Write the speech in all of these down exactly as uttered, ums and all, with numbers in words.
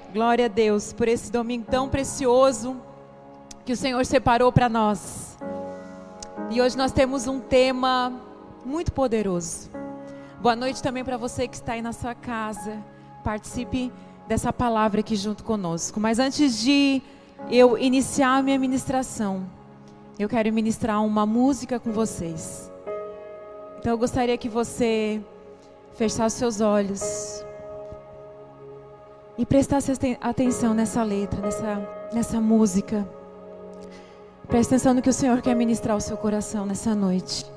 Glória a Deus por esse domingo tão precioso que o Senhor separou para nós. E hoje nós temos um tema muito poderoso. Boa noite também para você que está aí na sua casa. Participe dessa palavra aqui junto conosco. Mas antes de eu iniciar a minha ministração, eu quero ministrar uma música com vocês. Então eu gostaria que você fechasse seus olhos e prestasse atenção nessa letra, nessa, nessa música. Preste atenção no que o Senhor quer ministrar ao seu coração nessa noite.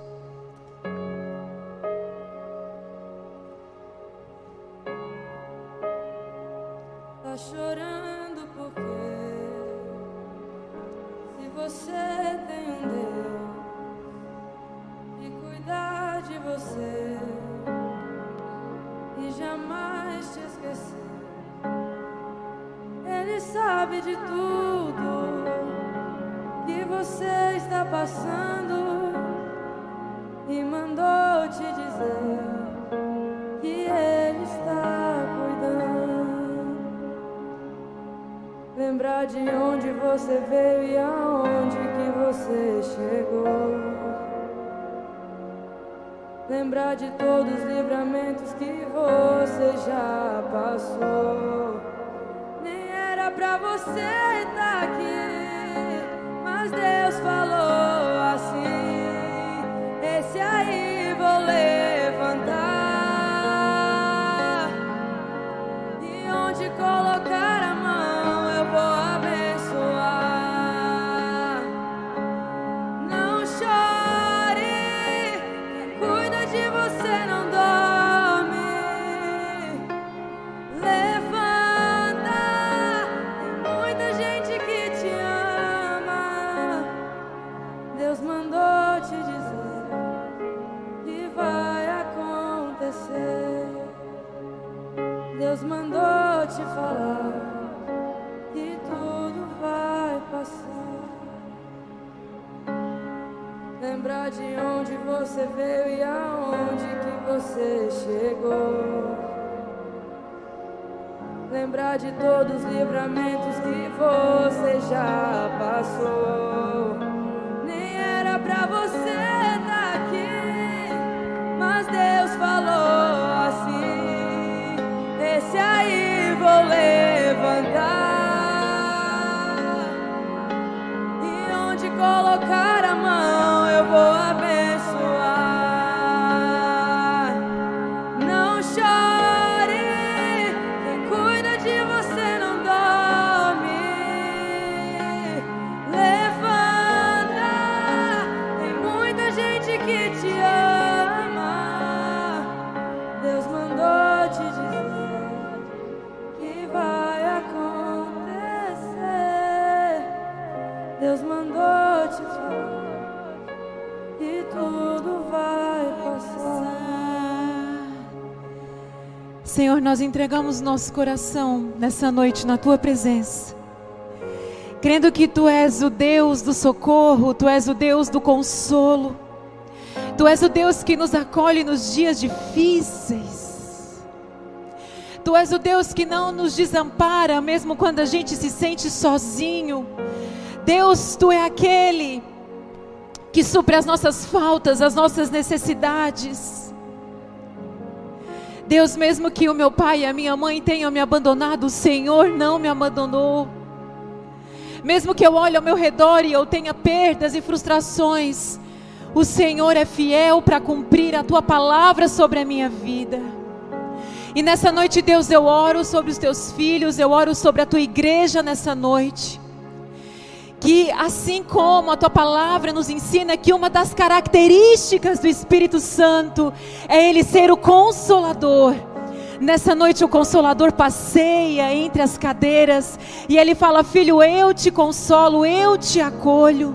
Tá chorando porque se você tem um Deus que cuidar de você e jamais te esquecer, Ele sabe de tudo que você está passando e mandou te dizer que Ele está cuidando. Lembrar de onde você veio e aonde que você chegou. Lembrar de todos os livramentos que você já passou. Nem era pra você estar aqui, mas Deus falou assim: esse aí vou levantar, e onde colocar a mão eu vou abençoar. Não chore, quem cuida de você não dorme. Levanta, tem muita gente que te ama. Deus mandou te dizer que vai acontecer. Deus mandou te falar que tudo vai passar. Lembrar de onde você veio e aonde que você chegou. Lembrar de todos os livramentos que você já passou. Nem era pra você estar aqui, mas Deus falou assim: esse aí vou levantar, e onde colocar a mão eu vou abençoar. Não chore, quem cuida de você não dorme. Levanta, tem muita gente que te ama. Deus mandou te dizer que vai acontecer. Deus mandou te falar que tudo vai passar. Senhor, nós entregamos nosso coração nessa noite na Tua presença, crendo que Tu és o Deus do socorro, Tu és o Deus do consolo, Tu és o Deus que nos acolhe nos dias difíceis, Tu és o Deus que não nos desampara mesmo quando a gente se sente sozinho. Deus, Tu é aquele que supre as nossas faltas, as nossas necessidades. Deus, mesmo que o meu pai e a minha mãe tenham me abandonado, o Senhor não me abandonou. Mesmo que eu olhe ao meu redor e eu tenha perdas e frustrações, o Senhor é fiel para cumprir a Tua palavra sobre a minha vida. E nessa noite, Deus, eu oro sobre os Teus filhos, eu oro sobre a Tua igreja nessa noite. Que assim como a Tua palavra nos ensina que uma das características do Espírito Santo é Ele ser o Consolador. Nessa noite o Consolador passeia entre as cadeiras e Ele fala: filho, eu te consolo, eu te acolho.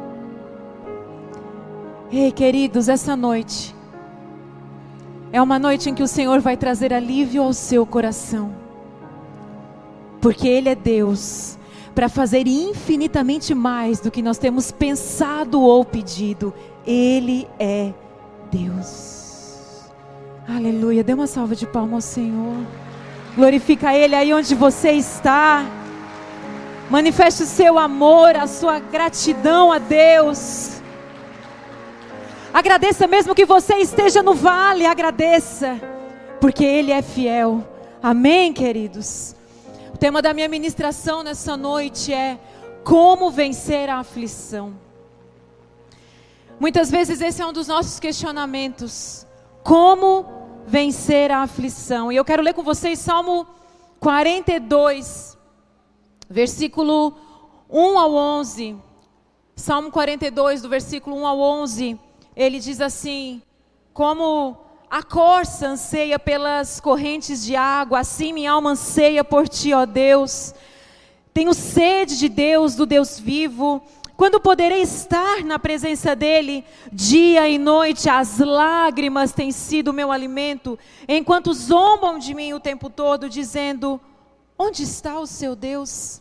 Ei, queridos, essa noite é uma noite em que o Senhor vai trazer alívio ao seu coração, porque Ele é Deus para fazer infinitamente mais do que nós temos pensado ou pedido. Ele é Deus. Aleluia. Dê uma salva de palmas ao Senhor. Glorifica Ele aí onde você está. Manifeste o seu amor, a sua gratidão a Deus. Agradeça mesmo que você esteja no vale, agradeça, porque Ele é fiel. Amém, queridos? O tema da minha ministração nessa noite é como vencer a aflição. Muitas vezes esse é um dos nossos questionamentos. Como vencer a aflição? E eu quero ler com vocês Salmo quarenta e dois, versículo um ao onze. Salmo quarenta e dois, do versículo um ao onze. Ele diz assim: como a corça anseia pelas correntes de água, assim minha alma anseia por ti, ó Deus. Tenho sede de Deus, do Deus vivo. Quando poderei estar na presença dEle? Dia e noite as lágrimas têm sido meu alimento, enquanto zombam de mim o tempo todo, dizendo: onde está o seu Deus?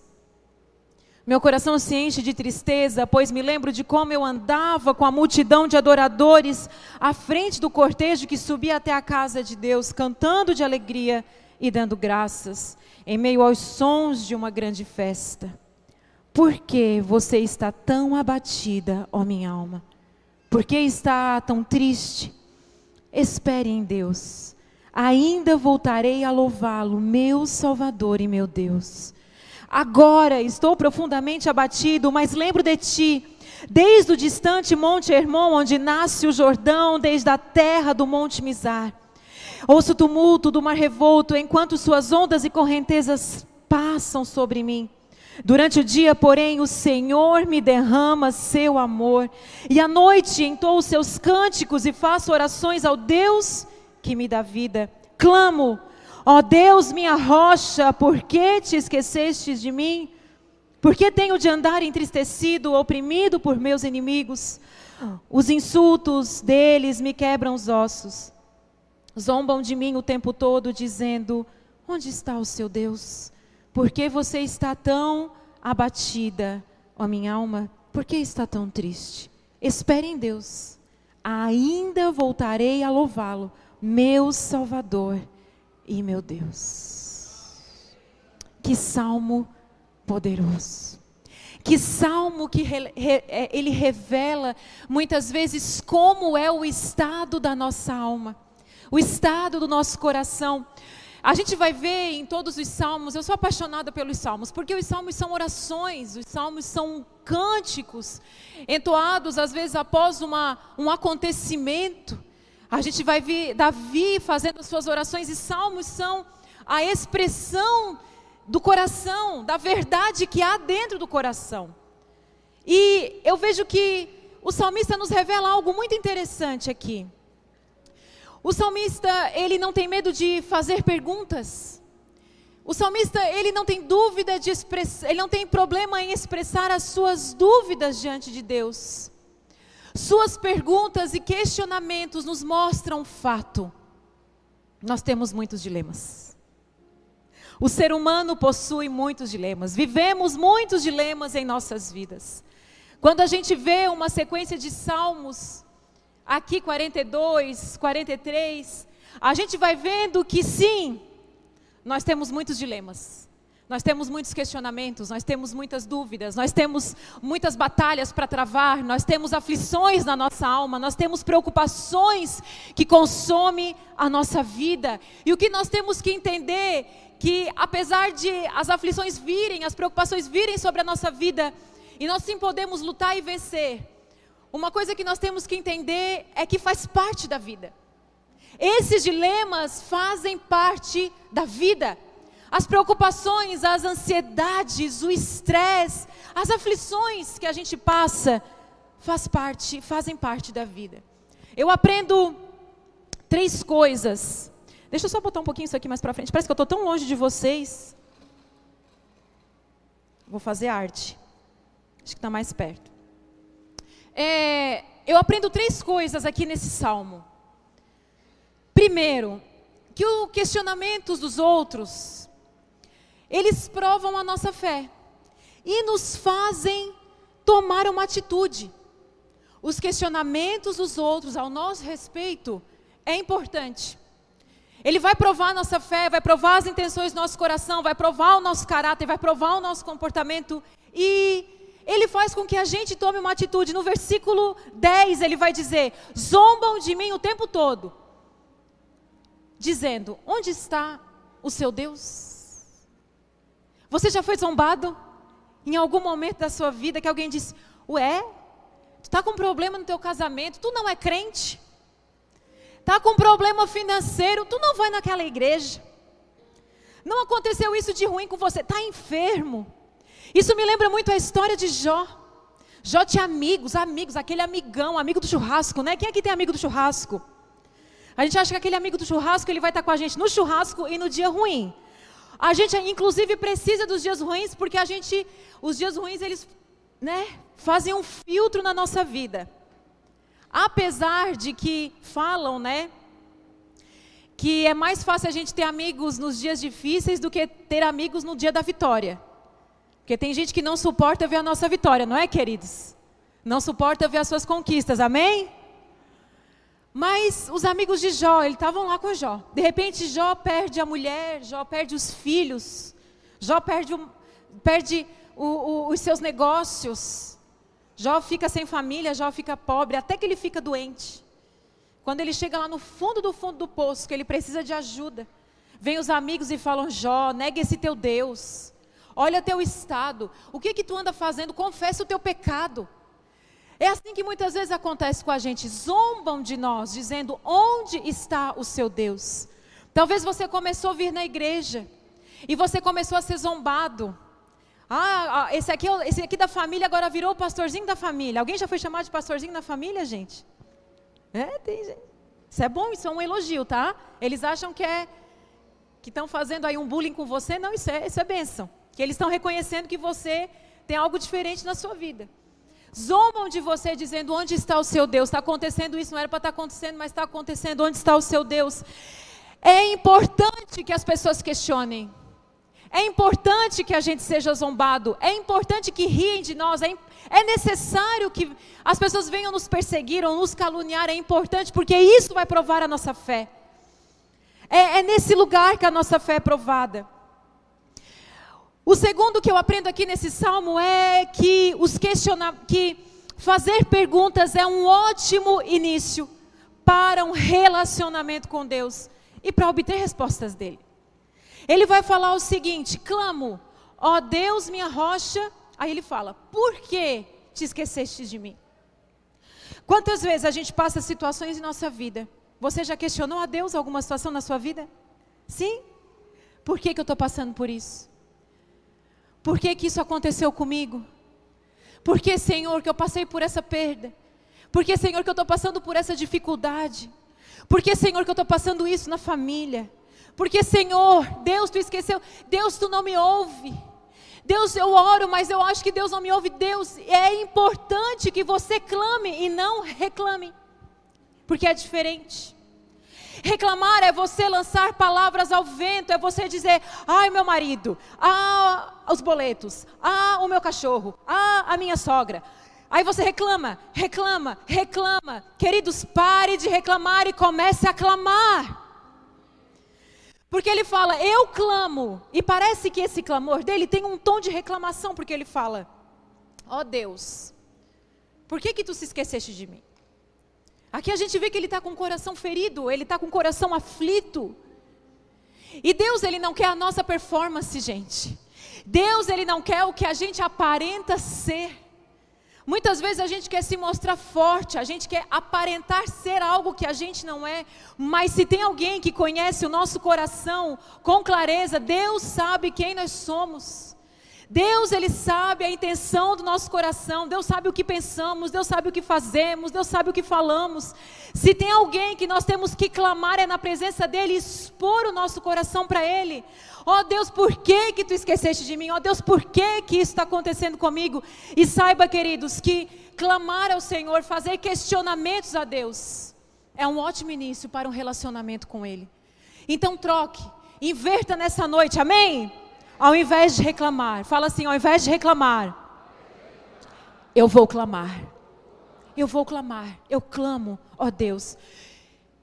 Meu coração se enche de tristeza, pois me lembro de como eu andava com a multidão de adoradores à frente do cortejo que subia até a casa de Deus, cantando de alegria e dando graças, em meio aos sons de uma grande festa. Por que você está tão abatida, ó minha alma? Por que está tão triste? Espere em Deus. Ainda voltarei a louvá-lo, meu Salvador e meu Deus. Agora estou profundamente abatido, mas lembro de ti, desde o distante Monte Hermon, onde nasce o Jordão, desde a terra do Monte Mizar. Ouço o tumulto do mar revolto, enquanto suas ondas e correntezas passam sobre mim. Durante o dia, porém, o Senhor me derrama seu amor, e à noite entoo os seus cânticos e faço orações ao Deus que me dá vida. Clamo: ó Deus, minha rocha, por que te esquecestes de mim? Por que tenho de andar entristecido, oprimido por meus inimigos? Os insultos deles me quebram os ossos. Zombam de mim o tempo todo, dizendo: onde está o seu Deus? Por que você está tão abatida, ó minha alma? Por que está tão triste? Espere em Deus. Ainda voltarei a louvá-lo, meu Salvador e meu Deus. Que salmo poderoso. Que salmo que re, re, ele revela muitas vezes como é o estado da nossa alma, o estado do nosso coração. A gente vai ver em todos os salmos, eu sou apaixonada pelos salmos, porque os salmos são orações, os salmos são cânticos, entoados às vezes após uma, um acontecimento. A gente vai ver Davi fazendo as suas orações, e salmos são a expressão do coração, da verdade que há dentro do coração. E eu vejo que o salmista nos revela algo muito interessante aqui. O salmista, ele não tem medo de fazer perguntas. O salmista, ele não tem dúvida de expressar, ele não tem problema em expressar as suas dúvidas diante de Deus. Suas perguntas e questionamentos nos mostram um fato. Nós temos muitos dilemas. O ser humano possui muitos dilemas. Vivemos muitos dilemas em nossas vidas. Quando a gente vê uma sequência de salmos, aqui quarenta e dois, quarenta e três, a gente vai vendo que sim, nós temos muitos dilemas. Nós temos muitos questionamentos, nós temos muitas dúvidas, nós temos muitas batalhas para travar, nós temos aflições na nossa alma, nós temos preocupações que consomem a nossa vida. E o que nós temos que entender, que apesar de as aflições virem, as preocupações virem sobre a nossa vida, e nós sim podemos lutar e vencer, uma coisa que nós temos que entender é que faz parte da vida. Esses dilemas fazem parte da vida. As preocupações, as ansiedades, o estresse, as aflições que a gente passa, faz parte, fazem parte da vida. Eu aprendo três coisas. Deixa eu só botar um pouquinho isso aqui mais para frente. Parece que eu estou tão longe de vocês. Vou fazer arte. Acho que está mais perto. É, eu aprendo três coisas aqui nesse salmo. Primeiro, que os questionamentos dos outros, eles provam a nossa fé e nos fazem tomar uma atitude. Os questionamentos dos outros ao nosso respeito é importante. Ele vai provar a nossa fé, vai provar as intenções do nosso coração, vai provar o nosso caráter, vai provar o nosso comportamento. E Ele faz com que a gente tome uma atitude. No versículo dez ele vai dizer: zombam de mim o tempo todo, dizendo, onde está o seu Deus? Você já foi zombado em algum momento da sua vida que alguém disse, ué, tu está com problema no teu casamento, tu não é crente? Está com problema financeiro, tu não vai naquela igreja? Não aconteceu isso de ruim com você, está enfermo? Isso me lembra muito a história de Jó. Jó tinha amigos, amigos, aquele amigão, amigo do churrasco, né? Quem aqui tem amigo do churrasco? A gente acha que aquele amigo do churrasco, ele vai estar com a gente no churrasco e no dia ruim. A gente, inclusive, precisa dos dias ruins, porque a gente, os dias ruins, eles, né, fazem um filtro na nossa vida. Apesar de que falam, né, que é mais fácil a gente ter amigos nos dias difíceis do que ter amigos no dia da vitória. Porque tem gente que não suporta ver a nossa vitória, não é, queridos? Não suporta ver as suas conquistas, amém? Mas os amigos de Jó, eles estavam lá com Jó. De repente Jó perde a mulher, Jó perde os filhos, Jó perde, o, perde o, o, os seus negócios. Jó fica sem família, Jó fica pobre, até que ele fica doente. Quando ele chega lá no fundo do fundo do poço, que ele precisa de ajuda, vem os amigos e falam, Jó, nega esse teu Deus. Olha teu estado, o que que tu anda fazendo? Confessa o teu pecado. É assim que muitas vezes acontece com a gente, zombam de nós, dizendo, onde está o seu Deus? Talvez você começou a vir na igreja, e você começou a ser zombado. Ah, esse aqui, esse aqui da família agora virou o pastorzinho da família. Alguém já foi chamado de pastorzinho da família, gente? É, tem gente. Isso é bom, isso é um elogio, tá? Eles acham que é, que estão fazendo aí um bullying com você. Não, isso é, isso é bênção. Que eles estão reconhecendo que você tem algo diferente na sua vida. Zombam de você dizendo, onde está o seu Deus? Está acontecendo isso, não era para estar acontecendo, mas está acontecendo, onde está o seu Deus? É importante que as pessoas questionem. É importante que a gente seja zombado. É importante que riem de nós. É, é necessário que as pessoas venham nos perseguir ou nos caluniar. É importante porque isso vai provar a nossa fé. É, é nesse lugar que a nossa fé é provada. O segundo que eu aprendo aqui nesse salmo é que, os questiona... que fazer perguntas é um ótimo início para um relacionamento com Deus e para obter respostas dele. Ele vai falar o seguinte, clamo, ó Deus minha rocha, aí ele fala, por que te esqueceste de mim? Quantas vezes a gente passa situações em nossa vida, você já questionou a Deus alguma situação na sua vida? Sim? Por que que eu estou passando por isso? Por que que isso aconteceu comigo? Por que, Senhor, que eu passei por essa perda? Por que, Senhor, que eu estou passando por essa dificuldade? Por que, Senhor, que eu estou passando isso na família? Porque, Senhor, Deus, Tu esqueceu, Deus, Tu não me ouve. Deus, eu oro, mas eu acho que Deus não me ouve. Deus, é importante que você clame e não reclame, porque é diferente. Reclamar é você lançar palavras ao vento, é você dizer, ai meu marido, ah os boletos, ah o meu cachorro, ah a minha sogra. Aí você reclama, reclama, reclama. Queridos, pare de reclamar e comece a clamar. Porque ele fala, eu clamo, e parece que esse clamor dele tem um tom de reclamação, porque ele fala, ó Deus, por que que tu se esqueceste de mim? Aqui a gente vê que ele está com o coração ferido, ele está com o coração aflito. E Deus, ele não quer a nossa performance, gente. Deus, ele não quer o que a gente aparenta ser. Muitas vezes a gente quer se mostrar forte, a gente quer aparentar ser algo que a gente não é. Mas se tem alguém que conhece o nosso coração com clareza, Deus sabe quem nós somos. Deus, ele sabe a intenção do nosso coração, Deus sabe o que pensamos, Deus sabe o que fazemos, Deus sabe o que falamos. Se tem alguém que nós temos que clamar é na presença dele, expor o nosso coração para ele. Ó Deus, por que que tu esqueceste de mim? Ó Deus, por que que isso está acontecendo comigo? E saiba, queridos, que clamar ao Senhor, fazer questionamentos a Deus, é um ótimo início para um relacionamento com ele. Então troque, inverta nessa noite, amém? Ao invés de reclamar, fala assim, ao invés de reclamar, eu vou clamar, eu vou clamar, eu clamo, ó Deus.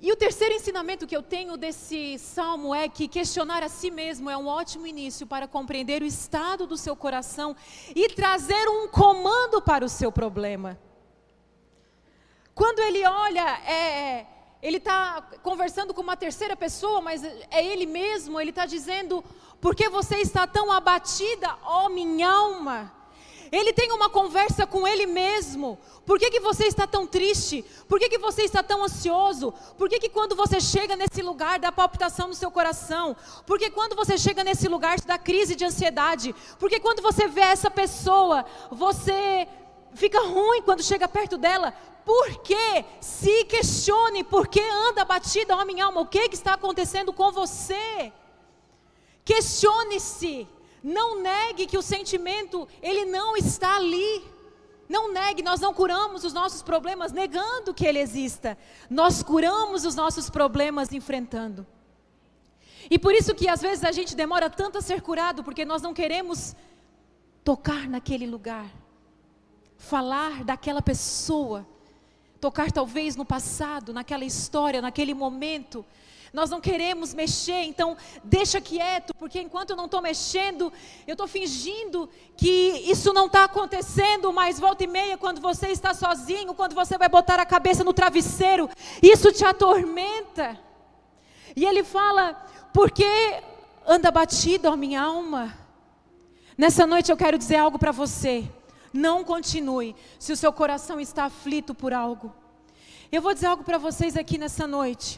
E o terceiro ensinamento que eu tenho desse salmo é que questionar a si mesmo é um ótimo início para compreender o estado do seu coração e trazer um comando para o seu problema. Quando ele olha, é, ele está conversando com uma terceira pessoa, mas é ele mesmo, ele está dizendo: por que você está tão abatida, ó minha alma? Ele tem uma conversa com ele mesmo. Por que que você está tão triste? Por que que você está tão ansioso? Por que que quando você chega nesse lugar dá palpitação no seu coração? Por que quando você chega nesse lugar te dá crise de ansiedade? Por que quando você vê essa pessoa, você fica ruim quando chega perto dela? Por que? Se questione, por que anda abatida, ó minha alma? O que que está acontecendo com você? Questione-se. Não negue que o sentimento, ele não está ali. Não negue, nós não curamos os nossos problemas negando que ele exista. Nós curamos os nossos problemas enfrentando. E por isso que às vezes a gente demora tanto a ser curado, porque nós não queremos tocar naquele lugar. Falar daquela pessoa. Tocar talvez no passado, naquela história, naquele momento. Nós não queremos mexer, então deixa quieto, porque enquanto eu não estou mexendo, eu estou fingindo que isso não está acontecendo, mas volta e meia, quando você está sozinho, quando você vai botar a cabeça no travesseiro, isso te atormenta. E ele fala: por que anda batido, ó minha alma? Nessa noite eu quero dizer algo para você. Não continue se o seu coração está aflito por algo. Eu vou dizer algo para vocês aqui nessa noite.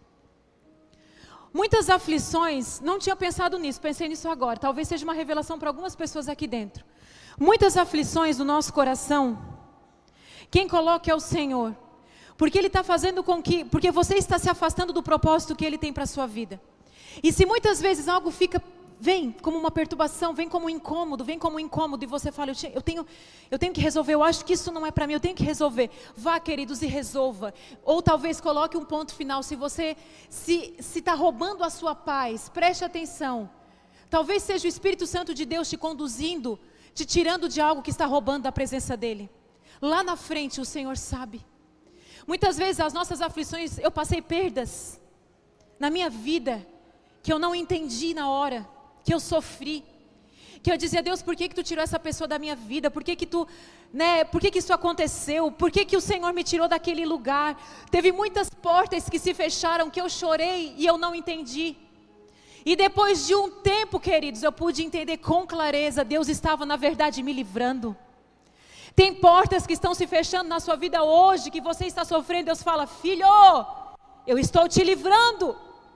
Muitas aflições, não tinha pensado nisso, pensei nisso agora, talvez seja uma revelação para algumas pessoas aqui dentro. Muitas aflições do nosso coração, quem coloca é o Senhor, porque Ele está fazendo com que, porque você está se afastando do propósito que Ele tem para a sua vida. E se muitas vezes algo fica, vem como uma perturbação, vem como um incômodo, vem como um incômodo, e você fala: eu, eu, tenho, eu tenho que resolver, eu acho que isso não é para mim, eu tenho que resolver. Vá, queridos, e resolva. Ou talvez coloque um ponto final. Se você se está roubando a sua paz, preste atenção. Talvez seja o Espírito Santo de Deus te conduzindo, te tirando de algo que está roubando da presença dEle. Lá na frente o Senhor sabe. Muitas vezes as nossas aflições, eu passei perdas na minha vida, que eu não entendi na hora, que eu sofri, que eu dizia: Deus, por que que tu tirou essa pessoa da minha vida? Por que que tu, né, por que que isso aconteceu? Por que que o Senhor me tirou daquele lugar? Teve muitas portas que se fecharam, que eu chorei e eu não entendi. E depois de um tempo, queridos, eu pude entender com clareza, Deus estava na verdade me livrando. Tem portas que estão se fechando na sua vida hoje, que você está sofrendo. Deus fala: filho, eu estou te livrando.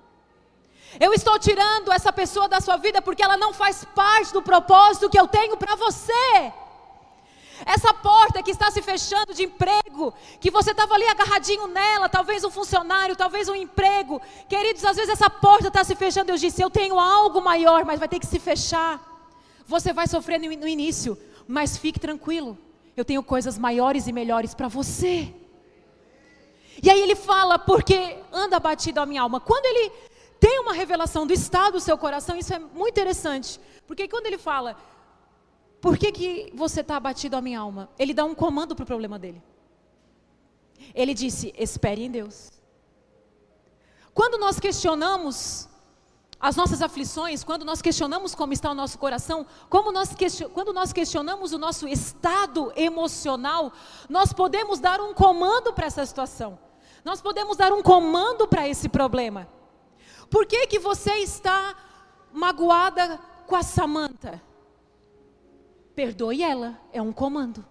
Eu estou tirando essa pessoa da sua vida porque ela não faz parte do propósito que eu tenho para você. Essa porta que está se fechando de emprego, que você estava ali agarradinho nela, talvez um funcionário, talvez um emprego. Queridos, às vezes essa porta está se fechando. Eu disse: eu tenho algo maior, mas vai ter que se fechar. Você vai sofrer no, no início, mas fique tranquilo. Eu tenho coisas maiores e melhores para você. E aí ele fala: porque anda abatido a minha alma. Quando ele tem uma revelação do estado do seu coração, isso é muito interessante. Porque quando ele fala: por que que você está abatido a minha alma? Ele dá um comando para o problema dele. Ele disse: espere em Deus. Quando nós questionamos as nossas aflições, quando nós questionamos como está o nosso coração, como nós question... quando nós questionamos o nosso estado emocional, nós podemos dar um comando para essa situação. Nós podemos dar um comando para esse problema. Por que que você está magoada com a Samantha? Perdoe ela, é um comando.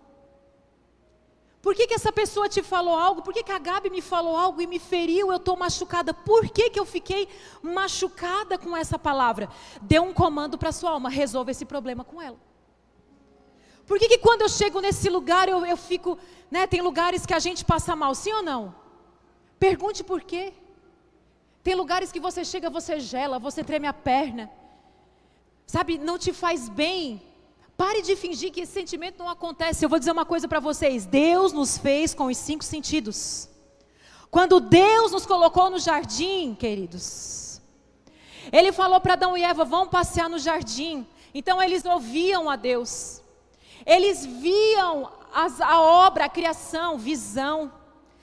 Por que que essa pessoa te falou algo? Por que que a Gabi me falou algo e me feriu? Eu estou machucada. Por que que eu fiquei machucada com essa palavra? Dê um comando para a sua alma, resolva esse problema com ela. Por que que quando eu chego nesse lugar eu, eu fico, né, tem lugares que a gente passa mal, sim ou não? Pergunte por quê. Tem lugares que você chega, você gela, você treme a perna. Sabe, não te faz bem. Pare de fingir que esse sentimento não acontece. Eu vou dizer uma coisa para vocês. Deus nos fez com os cinco sentidos. Quando Deus nos colocou no jardim, queridos, Ele falou para Adão e Eva: vão passear no jardim. Então eles ouviam a Deus. Eles viam as, a obra, a criação, visão.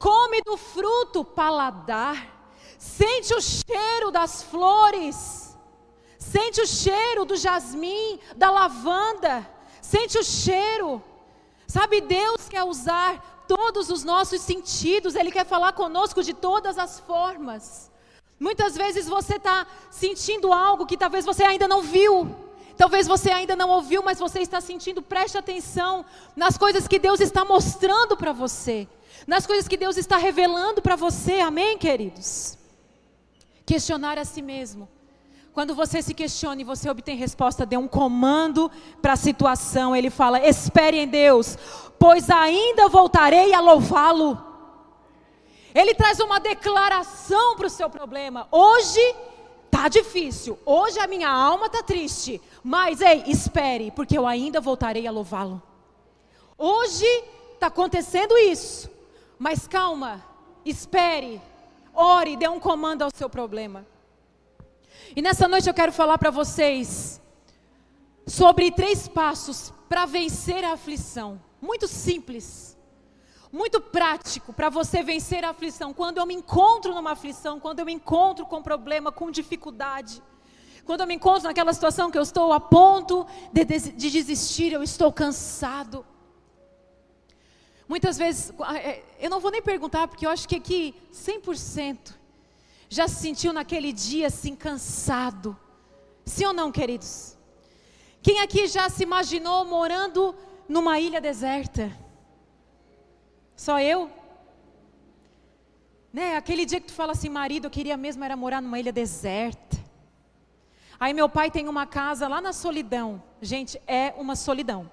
come do fruto, paladar, sente o cheiro das flores, sente o cheiro do jasmim, da lavanda, sente o cheiro. Sabe, Deus quer usar todos os nossos sentidos, Ele quer falar conosco de todas as formas. Muitas vezes você está sentindo algo que talvez você ainda não viu, talvez você ainda não ouviu, mas você está sentindo. Preste atenção nas coisas que Deus está mostrando para você, nas coisas que Deus está revelando para você, amém, queridos? Questionar a si mesmo. Quando você se questiona e você obtém resposta, dê um comando para a situação. Ele fala: espere em Deus, pois ainda voltarei a louvá-lo. Ele traz uma declaração para o seu problema. Hoje está difícil, hoje a minha alma está triste, mas ei, espere, porque eu ainda voltarei a louvá-lo. Hoje está acontecendo isso, mas calma, espere, ore, dê um comando ao seu problema. E nessa noite eu quero falar para vocês sobre três passos para vencer a aflição. Muito simples, muito prático para você vencer a aflição. Quando eu me encontro numa aflição, quando eu me encontro com problema, com dificuldade, quando eu me encontro naquela situação que eu estou a ponto de, de, de desistir, eu estou cansado. Muitas vezes, eu não vou nem perguntar, porque eu acho que aqui cem por cento já se sentiu naquele dia assim cansado. Sim ou não, queridos? Quem aqui já se imaginou morando numa ilha deserta? Só eu? Né? Aquele dia que tu fala assim: marido, eu queria mesmo era morar numa ilha deserta. Aí meu pai tem uma casa lá na solidão. Gente, é uma solidão.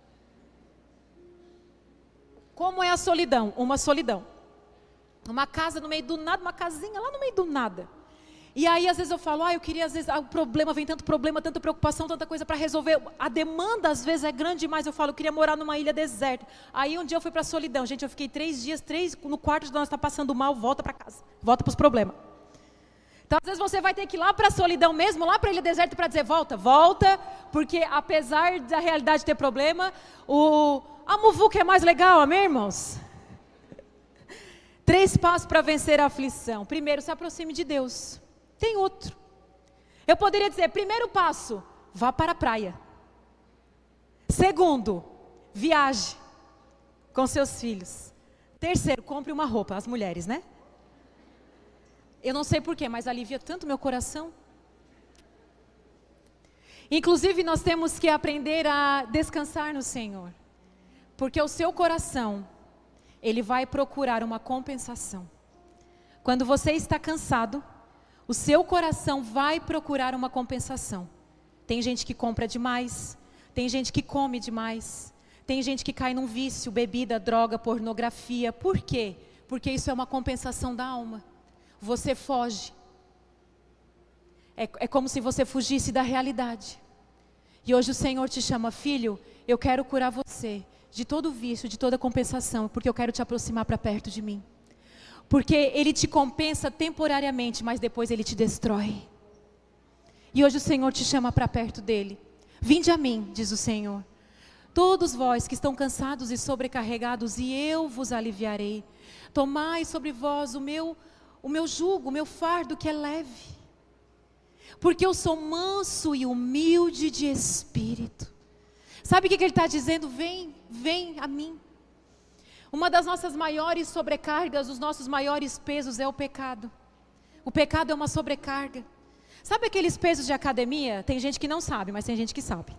Como é a solidão? Uma solidão. Uma casa no meio do nada, uma casinha lá no meio do nada. E aí às vezes eu falo: ah, eu queria, às vezes, ah, o problema, vem tanto problema, tanta preocupação, tanta coisa para resolver. A demanda às vezes é grande demais. Eu falo: eu queria morar numa ilha deserta. Aí um dia eu fui para a solidão. Gente, eu fiquei três dias, três no quarto de nós, está passando mal, volta para casa. Volta para os problemas. Então às vezes você vai ter que ir lá para a solidão mesmo, lá para a ilha deserta para dizer: volta, volta. Porque apesar da realidade ter problema, o, a muvuca é mais legal, amém, irmãos? Três passos para vencer a aflição. Primeiro, se aproxime de Deus. Tem outro. Eu poderia dizer: primeiro passo, vá para a praia. Segundo, viaje com seus filhos. Terceiro, compre uma roupa. As mulheres, né? Eu não sei porquê, mas alivia tanto meu coração. Inclusive, nós temos que aprender a descansar no Senhor. Porque o seu coração, ele vai procurar uma compensação. Quando você está cansado, o seu coração vai procurar uma compensação. Tem gente que compra demais, tem gente que come demais, tem gente que cai num vício, bebida, droga, pornografia. Por quê? Porque isso é uma compensação da alma. Você foge. É, é como se você fugisse da realidade. E hoje o Senhor te chama: filho, eu quero curar você de todo vício, de toda compensação, porque eu quero te aproximar para perto de mim. Porque Ele te compensa temporariamente, mas depois Ele te destrói. E hoje o Senhor te chama para perto dEle. Vinde a mim, diz o Senhor, todos vós que estão cansados e sobrecarregados, e eu vos aliviarei. Tomai sobre vós o meu, o meu jugo, o meu fardo que é leve. Porque eu sou manso e humilde de espírito. Sabe o que, que Ele está dizendo? Vem, vem a mim. Uma das nossas maiores sobrecargas, os nossos maiores pesos é o pecado. O pecado é uma sobrecarga. Sabe aqueles pesos de academia? Tem gente que não sabe, mas tem gente que sabe.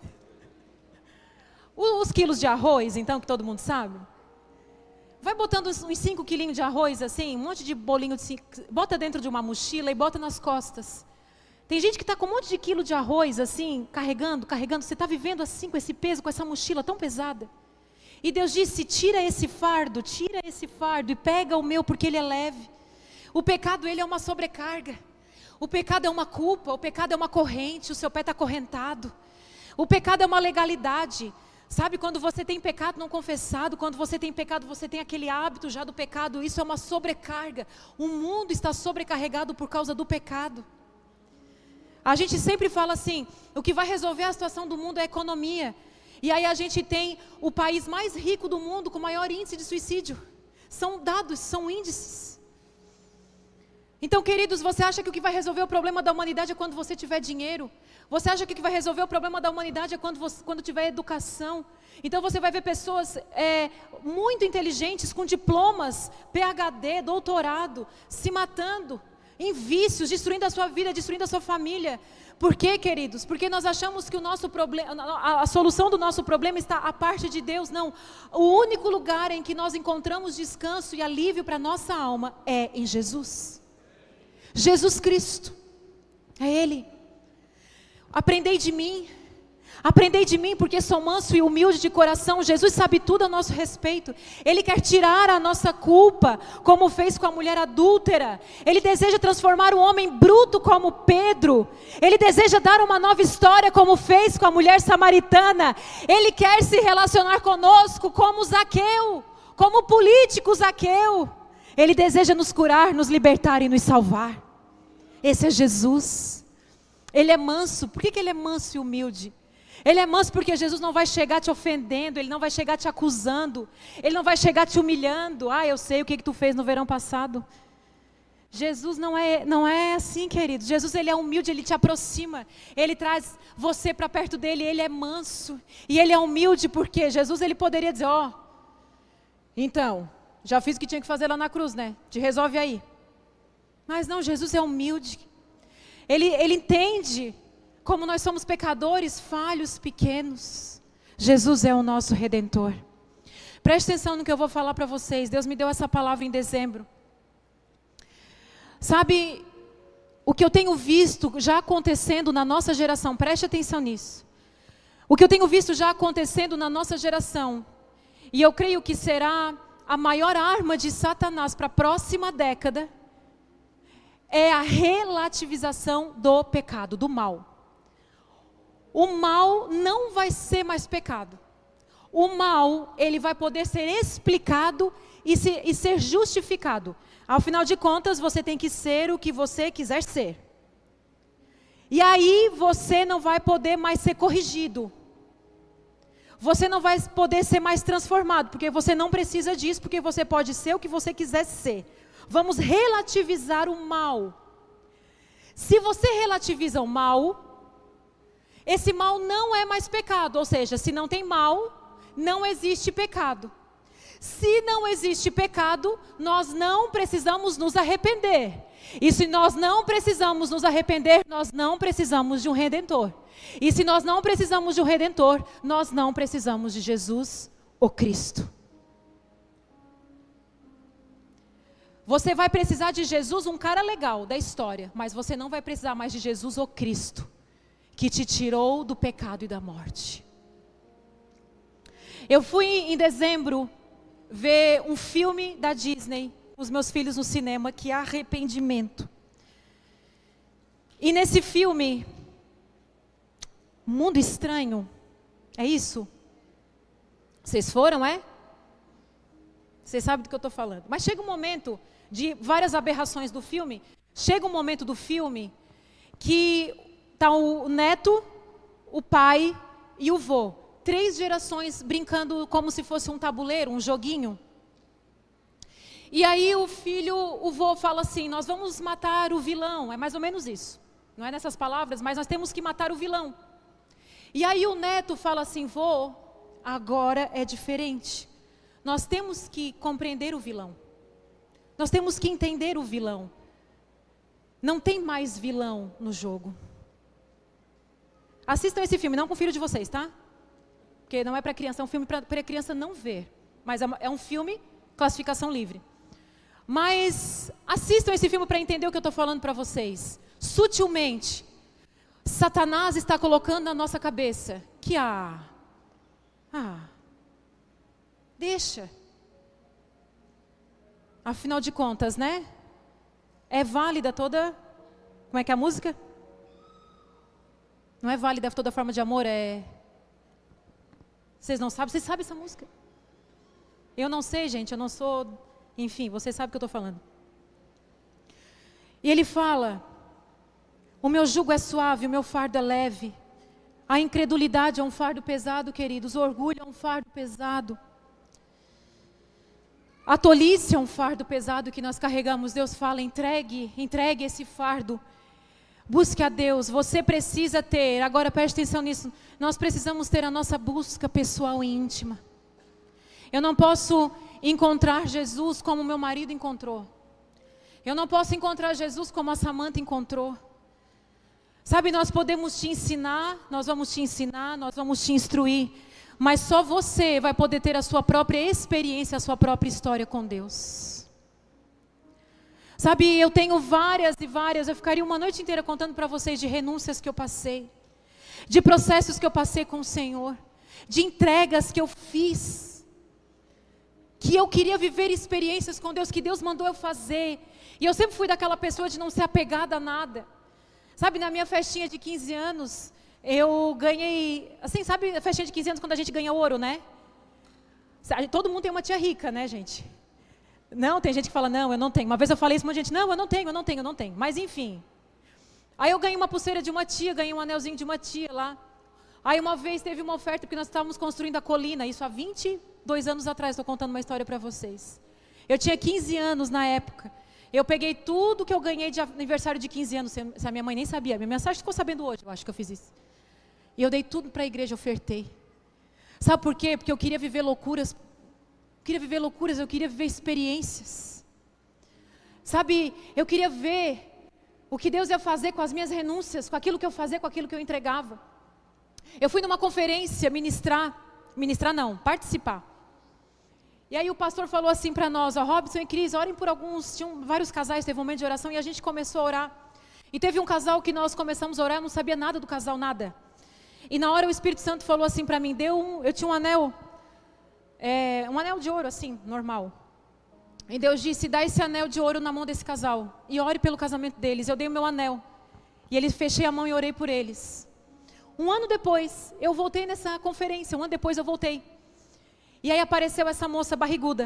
Os quilos de arroz, então, que todo mundo sabe. Vai botando uns cinco quilinhos de arroz, assim, um monte de bolinho de cinco, bota dentro de uma mochila e bota nas costas. Tem gente que está com um monte de quilo de arroz, assim, carregando, carregando. Você está vivendo assim, com esse peso, com essa mochila tão pesada. E Deus disse: tira esse fardo, tira esse fardo e pega o meu, porque ele é leve. O pecado, ele é uma sobrecarga. O pecado é uma culpa, o pecado é uma corrente, o seu pé está acorrentado. O pecado é uma legalidade. Sabe, quando você tem pecado não confessado, quando você tem pecado, você tem aquele hábito já do pecado, isso é uma sobrecarga. O mundo está sobrecarregado por causa do pecado. A gente sempre fala assim: o que vai resolver a situação do mundo é a economia. E aí a gente tem o país mais rico do mundo com maior índice de suicídio. São dados, são índices. Então, queridos, você acha que o que vai resolver o problema da humanidade é quando você tiver dinheiro? Você acha que o que vai resolver o problema da humanidade é quando, você, quando tiver educação? Então você vai ver pessoas é, muito inteligentes, com diplomas, P H D, doutorado, se matando, em vícios, destruindo a sua vida, destruindo a sua família. Por quê, queridos? Porque nós achamos que o nosso problema, a, a solução do nosso problema está à parte de Deus. Não, o único lugar em que nós encontramos descanso e alívio para a nossa alma é em Jesus. Jesus Cristo, é Ele. Aprendei de mim, aprendei de mim porque sou manso e humilde de coração. Jesus sabe tudo a nosso respeito. Ele quer tirar a nossa culpa, como fez com a mulher adúltera. Ele deseja transformar o homem bruto como Pedro. Ele deseja dar uma nova história, como fez com a mulher samaritana. Ele quer se relacionar conosco como Zaqueu, como político Zaqueu. Ele deseja nos curar, nos libertar e nos salvar. Esse é Jesus. Ele é manso. Por que que ele é manso e humilde? Ele é manso porque Jesus não vai chegar te ofendendo, Ele não vai chegar te acusando, Ele não vai chegar te humilhando. Ah, eu sei o que que tu fez no verão passado. Jesus não é, não é assim, querido. Jesus, Ele é humilde, Ele te aproxima, Ele traz você para perto dEle, Ele é manso. E Ele é humilde porque Jesus, Ele poderia dizer, ó, oh, então, já fiz o que tinha que fazer lá na cruz, né? Te resolve aí. Mas não, Jesus é humilde. Ele, ele entende como nós somos pecadores, falhos, pequenos. Jesus é o nosso Redentor. Preste atenção no que eu vou falar para vocês. Deus me deu essa palavra em dezembro. Sabe, o que eu tenho visto já acontecendo na nossa geração, preste atenção nisso. O que eu tenho visto já acontecendo na nossa geração, e eu creio que será a maior arma de Satanás para a próxima década, é a relativização do pecado, do mal. O mal não vai ser mais pecado. O mal, ele vai poder ser explicado e, se, e ser justificado. Ao final de contas, você tem que ser o que você quiser ser. E aí, você não vai poder mais ser corrigido. Você não vai poder ser mais transformado, porque você não precisa disso, porque você pode ser o que você quiser ser. Vamos relativizar o mal. Se você relativiza o mal, esse mal não é mais pecado. Ou seja, se não tem mal, não existe pecado. Se não existe pecado, nós não precisamos nos arrepender. E se nós não precisamos nos arrepender, nós não precisamos de um Redentor. E se nós não precisamos de um Redentor, nós não precisamos de Jesus, o Cristo. Você vai precisar de Jesus, um cara legal da história, mas você não vai precisar mais de Jesus, o Cristo, que te tirou do pecado e da morte. Eu fui em dezembro ver um filme da Disney, com os meus filhos no cinema, que é Arrependimento. E nesse filme, Mundo Estranho, é isso? Vocês foram, é? Vocês sabem do que eu estou falando. Mas chega um momento de várias aberrações do filme, chega um momento do filme que está o neto, o pai e o vô. Três gerações brincando como se fosse um tabuleiro, um joguinho. E aí o filho, o vô fala assim, nós vamos matar o vilão. É mais ou menos isso. Não é nessas palavras, mas nós temos que matar o vilão. E aí o neto fala assim, vô, agora é diferente. Nós temos que compreender o vilão. Nós temos que entender o vilão. Não tem mais vilão no jogo. Assistam esse filme, não com o filho de vocês, tá? Porque não é para criança, é um filme para a criança não ver. Mas é um filme, classificação livre. Mas assistam esse filme para entender o que eu estou falando para vocês. Sutilmente, Satanás está colocando na nossa cabeça que ah, ah, deixa. Afinal de contas, né? É válida toda... Como é que é a música? Não é válida toda forma de amor, é... Vocês não sabem? Vocês sabem essa música? Eu não sei, gente, eu não sou... Enfim, vocês sabem o que eu estou falando. E ele fala... O meu jugo é suave, o meu fardo é leve. A incredulidade é um fardo pesado, queridos. O orgulho é um fardo pesado. A tolice é um fardo pesado que nós carregamos. Deus fala, entregue, entregue esse fardo. Busque a Deus, você precisa ter, agora preste atenção nisso, nós precisamos ter a nossa busca pessoal e íntima. Eu não posso encontrar Jesus como meu marido encontrou. Eu não posso encontrar Jesus como a Samanta encontrou. Sabe, nós podemos te ensinar, nós vamos te ensinar, nós vamos te instruir, mas só você vai poder ter a sua própria experiência, a sua própria história com Deus. Sabe, eu tenho várias e várias, eu ficaria uma noite inteira contando para vocês de renúncias que eu passei, de processos que eu passei com o Senhor, de entregas que eu fiz, que eu queria viver experiências com Deus, que Deus mandou eu fazer, e eu sempre fui daquela pessoa de não ser apegada a nada. Sabe, na minha festinha de quinze anos, eu ganhei, assim, sabe a festinha de quinze anos quando a gente ganha ouro, né? Todo mundo tem uma tia rica, né, gente? Não, tem gente que fala, não, eu não tenho. Uma vez eu falei isso, uma gente, não, eu não tenho, eu não tenho, eu não tenho. Mas enfim. Aí eu ganhei uma pulseira de uma tia, ganhei um anelzinho de uma tia lá. Aí uma vez teve uma oferta, porque nós estávamos construindo a colina, isso há vinte e dois anos atrás, estou contando uma história para vocês. Eu tinha quinze anos na época. Eu peguei tudo que eu ganhei de aniversário de quinze anos, se a minha mãe nem sabia. Minha mensagem ficou sabendo hoje, eu acho que eu fiz isso. E eu dei tudo para a igreja, ofertei. Sabe por quê? Porque eu queria viver loucuras. Eu queria viver loucuras, eu queria viver experiências. Sabe, eu queria ver o que Deus ia fazer com as minhas renúncias, com aquilo que eu fazia, com aquilo que eu entregava. Eu fui numa conferência ministrar, ministrar não, participar. E aí o pastor falou assim para nós, ó, Robson e Cris, orem por alguns, tinham vários casais, teve um momento de oração e a gente começou a orar. E teve um casal que nós começamos a orar, eu não sabia nada do casal, nada. E na hora o Espírito Santo falou assim para mim, deu um, eu tinha um anel, É, um anel de ouro assim, normal. E Deus disse, dá esse anel de ouro na mão desse casal e ore pelo casamento deles. Eu dei o meu anel e eles fechei a mão e orei por eles. Um ano depois, eu voltei nessa conferência, um ano depois eu voltei. E aí apareceu essa moça barriguda.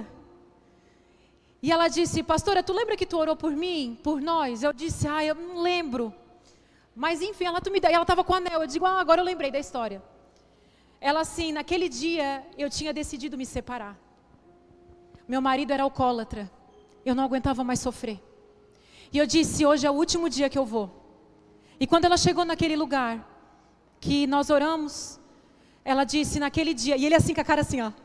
E ela disse, pastora, tu lembra que tu orou por mim, por nós? Eu disse, ah, eu não lembro. Mas enfim, ela, tu me dá. E ela estava com o anel, eu digo, ah, agora eu lembrei da história. Ela assim, naquele dia eu tinha decidido me separar. Meu marido era alcoólatra. Eu não aguentava mais sofrer. E eu disse, hoje é o último dia que eu vou. E quando ela chegou naquele lugar, que nós oramos, ela disse naquele dia, e ele assim com a cara assim, ó.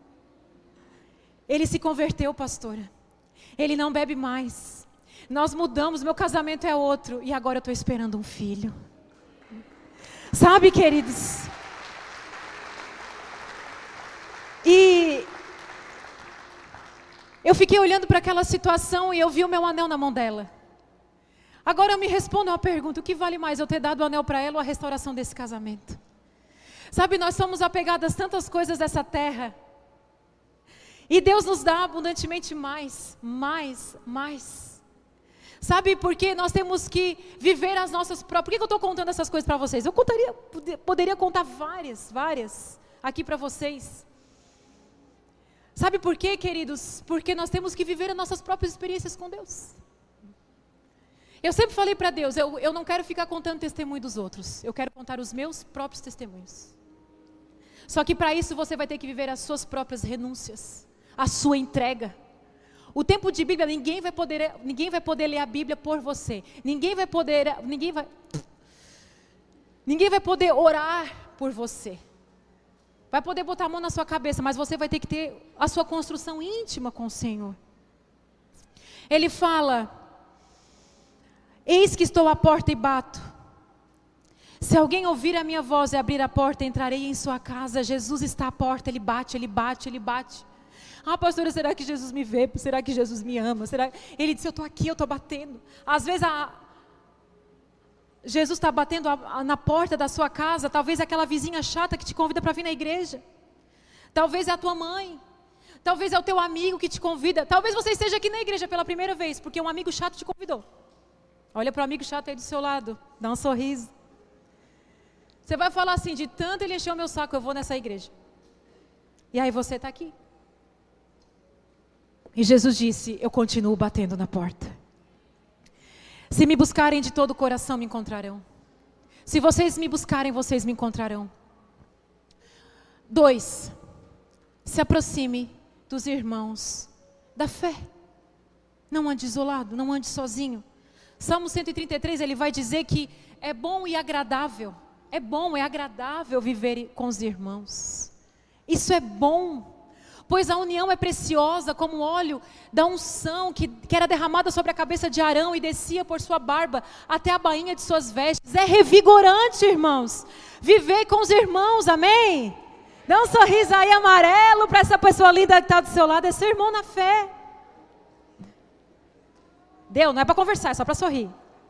Ele se converteu, pastora. Ele não bebe mais. Nós mudamos, meu casamento é outro. E agora eu estou esperando um filho. Sabe, queridos? E eu fiquei olhando para aquela situação e eu vi o meu anel na mão dela. Agora eu me respondo uma pergunta, o que vale mais, eu ter dado o anel para ela ou a restauração desse casamento? Sabe, nós somos apegadas a tantas coisas dessa terra. E Deus nos dá abundantemente mais, mais, mais. Sabe, porque nós temos que viver as nossas próprias... Por que eu estou contando essas coisas para vocês? Eu contaria, poderia contar várias, várias aqui para vocês. Sabe por quê, queridos? Porque nós temos que viver as nossas próprias experiências com Deus. Eu sempre falei para Deus, eu, eu não quero ficar contando testemunho dos outros. Eu quero contar os meus próprios testemunhos. Só que para isso você vai ter que viver as suas próprias renúncias. A sua entrega. O tempo de Bíblia, ninguém vai poder, ninguém vai poder ler a Bíblia por você. Ninguém vai poder, ninguém vai, ninguém vai poder orar por você. Vai poder botar a mão na sua cabeça, mas você vai ter que ter a sua construção íntima com o Senhor. Ele fala, eis que estou à porta e bato. Se alguém ouvir a minha voz e abrir a porta, entrarei em sua casa. Jesus está à porta, Ele bate, Ele bate, Ele bate. Ah, pastora, será que Jesus me vê? Será que Jesus me ama? Será... Ele disse, eu estou aqui, eu estou batendo. Às vezes a... Jesus está batendo a, a, na porta da sua casa, talvez é aquela vizinha chata que te convida para vir na igreja. Talvez é a tua mãe. Talvez é o teu amigo que te convida. Talvez você esteja aqui na igreja pela primeira vez, porque um amigo chato te convidou. Olha para o amigo chato aí do seu lado, dá um sorriso. Você vai falar assim, de tanto ele encheu o meu saco, eu vou nessa igreja. E aí você está aqui. E Jesus disse, eu continuo batendo na porta. Se me buscarem de todo o coração, me encontrarão. Se vocês me buscarem, vocês me encontrarão. Dois, se aproxime dos irmãos da fé. Não ande isolado, não ande sozinho. Salmo cento e trinta e três, ele vai dizer que é bom e agradável. É bom, é agradável viver com os irmãos. Isso é bom. Pois a união é preciosa como o óleo da unção que, que era derramada sobre a cabeça de Arão e descia por sua barba até a bainha de suas vestes. É revigorante, irmãos. Viver com os irmãos, amém? Dá um sorriso aí amarelo para essa pessoa linda que está do seu lado. É seu irmão na fé. Deu, não é para conversar, é só para sorrir.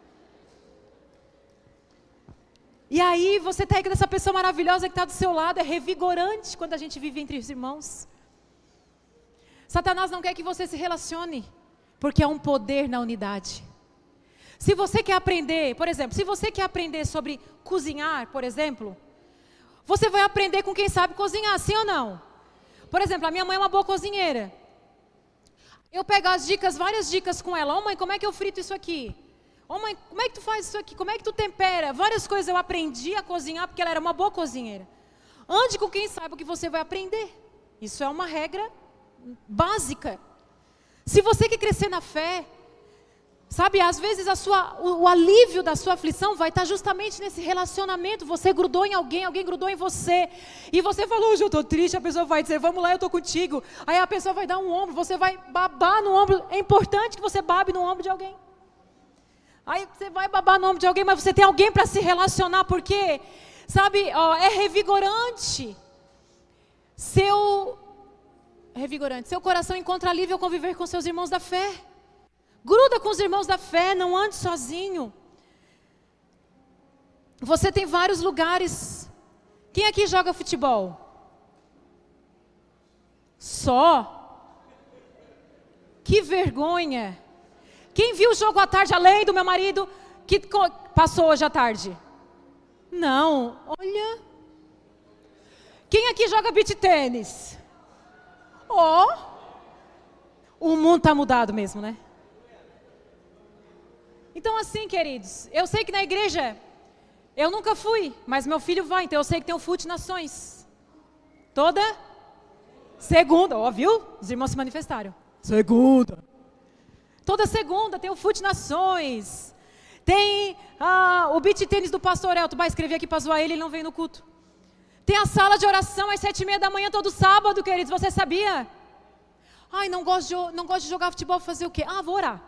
E aí você está aí com essa pessoa maravilhosa que está do seu lado. É revigorante quando a gente vive entre os irmãos. Satanás não quer que você se relacione, porque há um poder na unidade. Se você quer aprender, por exemplo, se você quer aprender sobre cozinhar, por exemplo, você vai aprender com quem sabe cozinhar, sim ou não? Por exemplo, a minha mãe é uma boa cozinheira. Eu pego as dicas, várias dicas com ela. Ô mãe, como é que eu frito isso aqui? Ô mãe, como é que tu faz isso aqui? Como é que tu tempera? Várias coisas eu aprendi a cozinhar porque ela era uma boa cozinheira. Ande com quem sabe o que você vai aprender. Isso é uma regra básica. Se você quer crescer na fé, sabe, às vezes a sua, o, o alívio da sua aflição vai estar justamente nesse relacionamento. Você grudou em alguém, alguém grudou em você, e você falou, hoje eu estou triste, a pessoa vai dizer, vamos lá, eu estou contigo. Aí a pessoa vai dar um ombro, você vai babar no ombro. É importante que você babe no ombro de alguém. Aí você vai babar no ombro de alguém, mas você tem alguém para se relacionar, porque, sabe, ó, é revigorante. Seu... revigorante. Seu coração encontra alívio ao conviver com seus irmãos da fé. Gruda com os irmãos da fé, não ande sozinho. Você tem vários lugares. Quem aqui joga futebol? Só? Que vergonha. Quem viu o jogo à tarde, além do meu marido, que passou hoje à tarde? Não, olha. Quem aqui joga beach tênis? Ó, oh, o mundo está mudado mesmo, né? Então assim, queridos, eu sei que na igreja, eu nunca fui, mas meu filho vai, então eu sei que tem o Fute Nações. Toda segunda, ó, viu? Os irmãos se manifestaram. Segunda. Toda segunda tem o Fute Nações. Tem ah, o beach tênis do pastor Elton. Vai escrever aqui para zoar ele, ele não veio no culto. Tem a sala de oração às sete e meia da manhã todo sábado, queridos. Você sabia? Ai, não gosto de, não gosto de jogar futebol, fazer o quê? Ah, vou orar.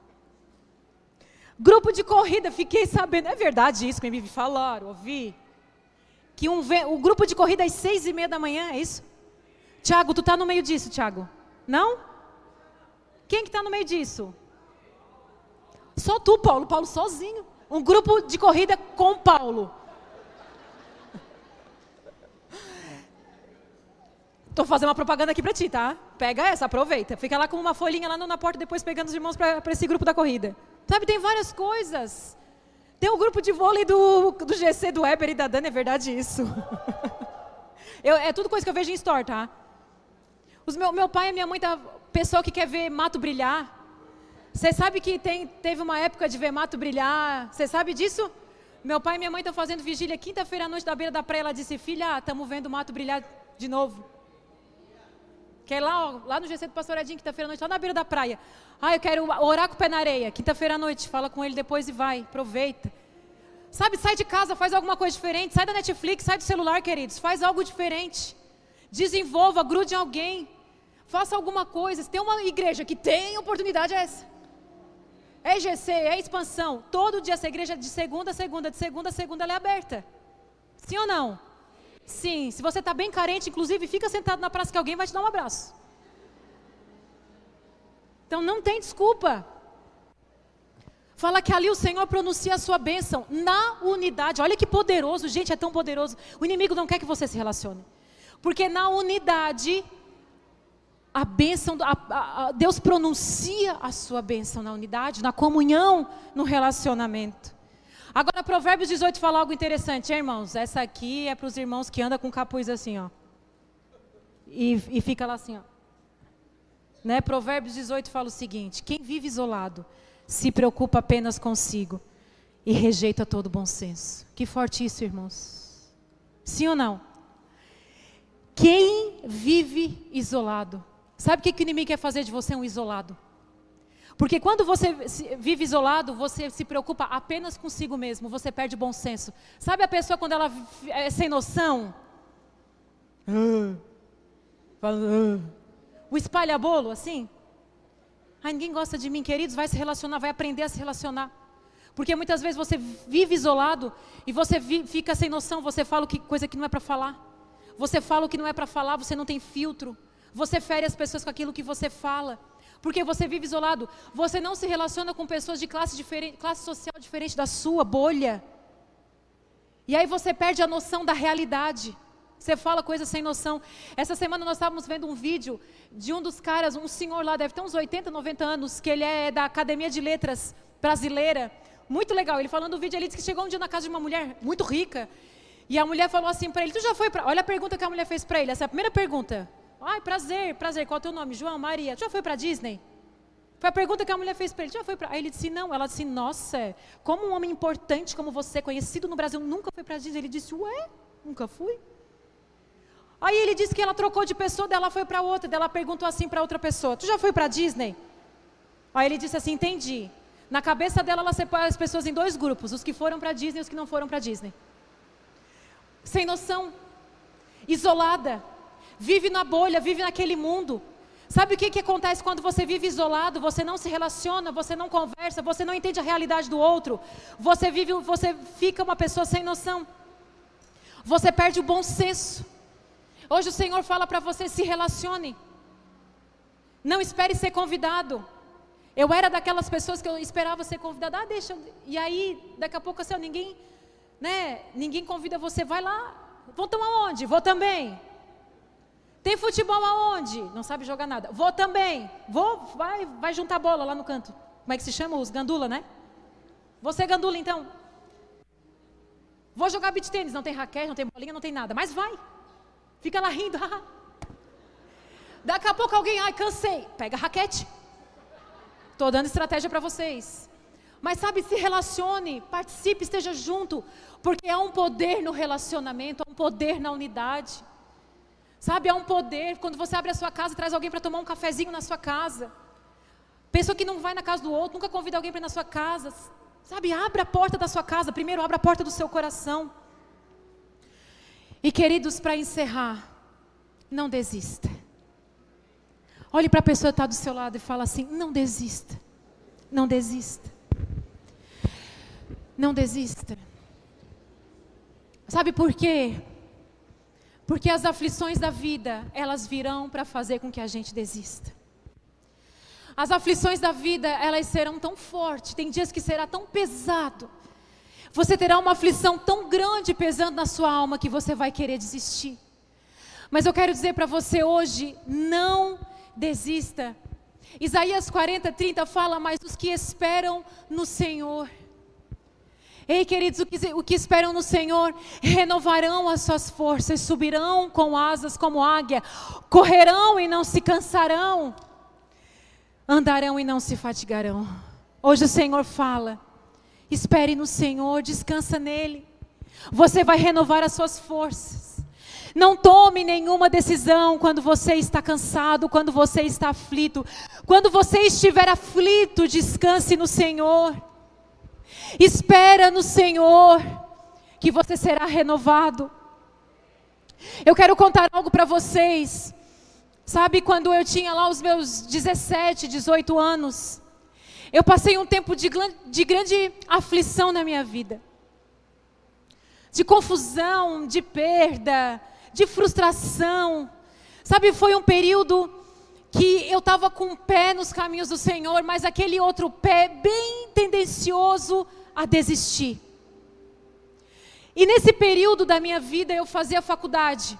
Grupo de corrida, fiquei sabendo. É verdade isso que me falaram, ouvi. Que um, o grupo de corrida às seis e meia da manhã, é isso? Tiago, tu tá no meio disso, Tiago? Não? Quem que tá no meio disso? Só tu, Paulo. Paulo sozinho. Um grupo de corrida com Paulo. Estou fazendo uma propaganda aqui para ti, tá? Pega essa, aproveita. Fica lá com uma folhinha lá na porta, depois pegando os irmãos para esse grupo da corrida. Sabe, tem várias coisas. Tem o grupo de vôlei do, do G C, do Weber e da Dani, é verdade isso. Eu, é tudo coisa que eu vejo em store, tá? Os meu, meu pai e minha mãe, tá, pessoal que quer ver mato brilhar. Você sabe que tem, teve uma época de ver mato brilhar? Você sabe disso? Meu pai e minha mãe estão fazendo vigília quinta-feira à noite da beira da praia. Ela disse, filha, estamos vendo o mato brilhar de novo. Que é lá, ó, lá no G C do Pastor Edinho, quinta-feira à noite, lá na beira da praia. Ah, eu quero orar com o pé na areia. Quinta-feira à noite, fala com ele depois e vai, aproveita. Sabe, sai de casa, faz alguma coisa diferente. Sai da Netflix, sai do celular, queridos. Faz algo diferente. Desenvolva, grude em alguém. Faça alguma coisa. Se tem uma igreja que tem oportunidade, é essa. É G C, é expansão. Todo dia essa igreja de segunda a segunda, de segunda a segunda, ela é aberta. Sim ou não? Sim. Se você está bem carente, inclusive, fica sentado na praça que alguém vai te dar um abraço. Então não tem desculpa. Fala que ali o Senhor pronuncia a sua bênção na unidade. Olha que poderoso, gente, é tão poderoso. O inimigo não quer que você se relacione. Porque na unidade, a bênção, a, a, a, Deus pronuncia a sua bênção na unidade, na comunhão, no relacionamento. Agora, Provérbios dezoito fala algo interessante, hein, irmãos? Essa aqui é para os irmãos que andam com capuz assim, ó. E, e fica lá assim, ó. Né? Provérbios dezoito fala o seguinte: quem vive isolado se preocupa apenas consigo e rejeita todo bom senso. Que forte isso, irmãos. Sim ou não? Quem vive isolado Sabe o que, que o inimigo quer fazer de você? Um isolado. Porque quando você vive isolado, você se preocupa apenas consigo mesmo, você perde o bom senso. Sabe a pessoa quando ela é sem noção? Uh, uh, o espalha-bolo, assim? Ai, ninguém gosta de mim, queridos, vai se relacionar, vai aprender a se relacionar. Porque muitas vezes você vive isolado e você vi, fica sem noção, você fala que, coisa que não é para falar. Você fala o que não é para falar, você não tem filtro. Você fere as pessoas com aquilo que você fala. Porque você vive isolado. Você não se relaciona com pessoas de classe, diferente, classe social diferente da sua, bolha. E aí você perde a noção da realidade. Você fala coisas sem noção. Essa semana nós estávamos vendo um vídeo de um dos caras, um senhor lá, deve ter uns oitenta, noventa anos, que ele é da Academia de Letras brasileira. Muito legal. Ele falando do vídeo, ele disse que chegou um dia na casa de uma mulher muito rica. E a mulher falou assim para ele, tu já foi para... Olha a pergunta que a mulher fez para ele, essa é a primeira pergunta. Ai, prazer, prazer, qual é o teu nome? João, Maria, tu já foi para Disney? Foi a pergunta que a mulher fez para ele, já foi para... Aí ele disse, não, ela disse, nossa, como um homem importante como você, conhecido no Brasil, nunca foi para Disney? Ele disse, ué, nunca fui. Aí ele disse que ela trocou de pessoa, dela foi para outra, dela perguntou assim para outra pessoa, tu já foi para Disney? Aí ele disse assim, entendi. Na cabeça dela, ela separa as pessoas em dois grupos, os que foram para Disney e os que não foram para Disney. Sem noção, isolada. Vive na bolha, vive naquele mundo. Sabe o que, que acontece quando você vive isolado? Você não se relaciona, você não conversa, você não entende a realidade do outro. Você vive, você fica uma pessoa sem noção. Você perde o bom senso. Hoje o Senhor fala para você, se relacione. Não espere ser convidado. Eu era daquelas pessoas que eu esperava ser convidada. Ah, deixa. E aí, daqui a pouco assim, ninguém, né? Ninguém convida você. Vai lá. Vão tomar onde? Vou também. Tem futebol aonde? Não sabe jogar nada. Vou também. Vou, vai, vai juntar bola lá no canto. Como é que se chama? Os gandula, né? Você é gandula, então. Vou jogar beach tênis. Não tem raquete, não tem bolinha, não tem nada. Mas vai. Fica lá rindo. Daqui a pouco alguém, ai, cansei. Pega a raquete. Estou dando estratégia para vocês. Mas sabe, se relacione, participe, esteja junto. Porque há um poder no relacionamento, há um poder na unidade. Sabe, há um poder, quando você abre a sua casa e traz alguém para tomar um cafezinho na sua casa. Pessoa que não vai na casa do outro, nunca convida alguém para ir na sua casa. Sabe, abra a porta da sua casa, primeiro abra a porta do seu coração. E queridos, para encerrar, não desista. Olhe para a pessoa que está do seu lado e fala assim, não desista, não desista. Não desista. Sabe por quê? Porque as aflições da vida, elas virão para fazer com que a gente desista. As aflições da vida, elas serão tão fortes, tem dias que será tão pesado. Você terá uma aflição tão grande pesando na sua alma que você vai querer desistir. Mas eu quero dizer para você hoje, não desista. Isaías quarenta, trinta fala, mas os que esperam no Senhor. Ei, queridos, o que, o que esperam no Senhor, renovarão as suas forças, subirão com asas como águia, correrão e não se cansarão, andarão e não se fatigarão. Hoje o Senhor fala, espere no Senhor, descansa nele, você vai renovar as suas forças. Não tome nenhuma decisão quando você está cansado, quando você está aflito. Quando você estiver aflito, descanse no Senhor. Espera no Senhor, que você será renovado. Eu quero contar algo para vocês. Sabe, quando eu tinha lá os meus dezessete, dezoito anos, eu passei um tempo de, de grande aflição na minha vida. De confusão, de perda, de frustração. Sabe, foi um período que eu estava com um pé nos caminhos do Senhor, mas aquele outro pé bem tendencioso a desistir. E nesse período da minha vida eu fazia faculdade.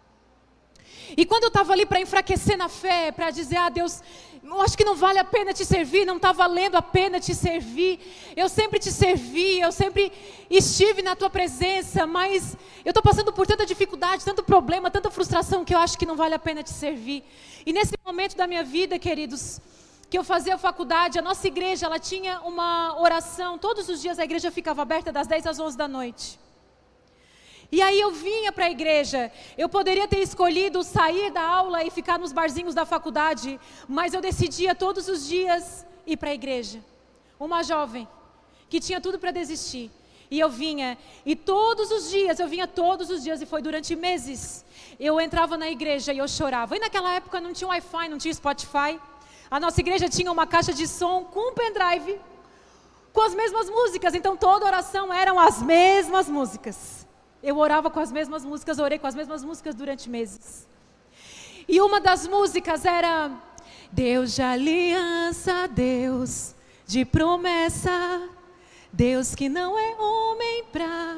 E quando eu estava ali para enfraquecer na fé, para dizer, ah Deus, eu acho que não vale a pena te servir, não está valendo a pena te servir. Eu sempre te servi, eu sempre estive na tua presença, mas eu estou passando por tanta dificuldade, tanto problema, tanta frustração, que eu acho que não vale a pena te servir. E nesse momento da minha vida, queridos, que eu fazia faculdade, a nossa igreja, ela tinha uma oração, todos os dias a igreja ficava aberta das dez às onze da noite. E aí eu vinha para a igreja. Eu poderia ter escolhido sair da aula e ficar nos barzinhos da faculdade, mas eu decidia todos os dias ir para a igreja. Uma jovem que tinha tudo para desistir. E eu vinha, e todos os dias, eu vinha todos os dias, e foi durante meses. Eu entrava na igreja e eu chorava. E naquela época não tinha Wi-Fi, não tinha Spotify. A nossa igreja tinha uma caixa de som com um pendrive, com as mesmas músicas. Então toda oração eram as mesmas músicas. Eu orava com as mesmas músicas, orei com as mesmas músicas durante meses. E uma das músicas era: Deus de aliança, Deus de promessa, Deus que não é homem pra...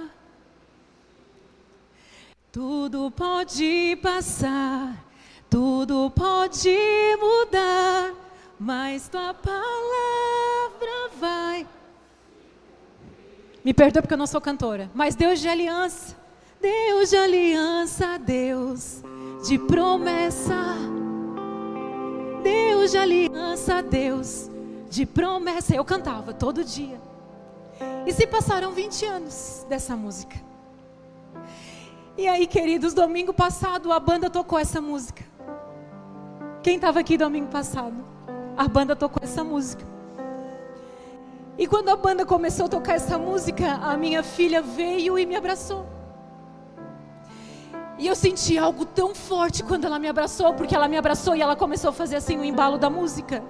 Tudo pode passar, tudo pode mudar, mas tua palavra vai... Me perdoa porque eu não sou cantora, mas Deus de aliança, Deus de aliança, Deus de promessa, Deus de aliança, Deus de promessa. Eu cantava todo dia. E se passaram vinte anos dessa música. E aí, queridos, domingo passado a banda tocou essa música. Quem estava aqui domingo passado? A banda tocou essa música. E quando a banda começou a tocar essa música, a minha filha veio e me abraçou. E eu senti algo tão forte quando ela me abraçou, porque ela me abraçou e ela começou a fazer assim o embalo da música.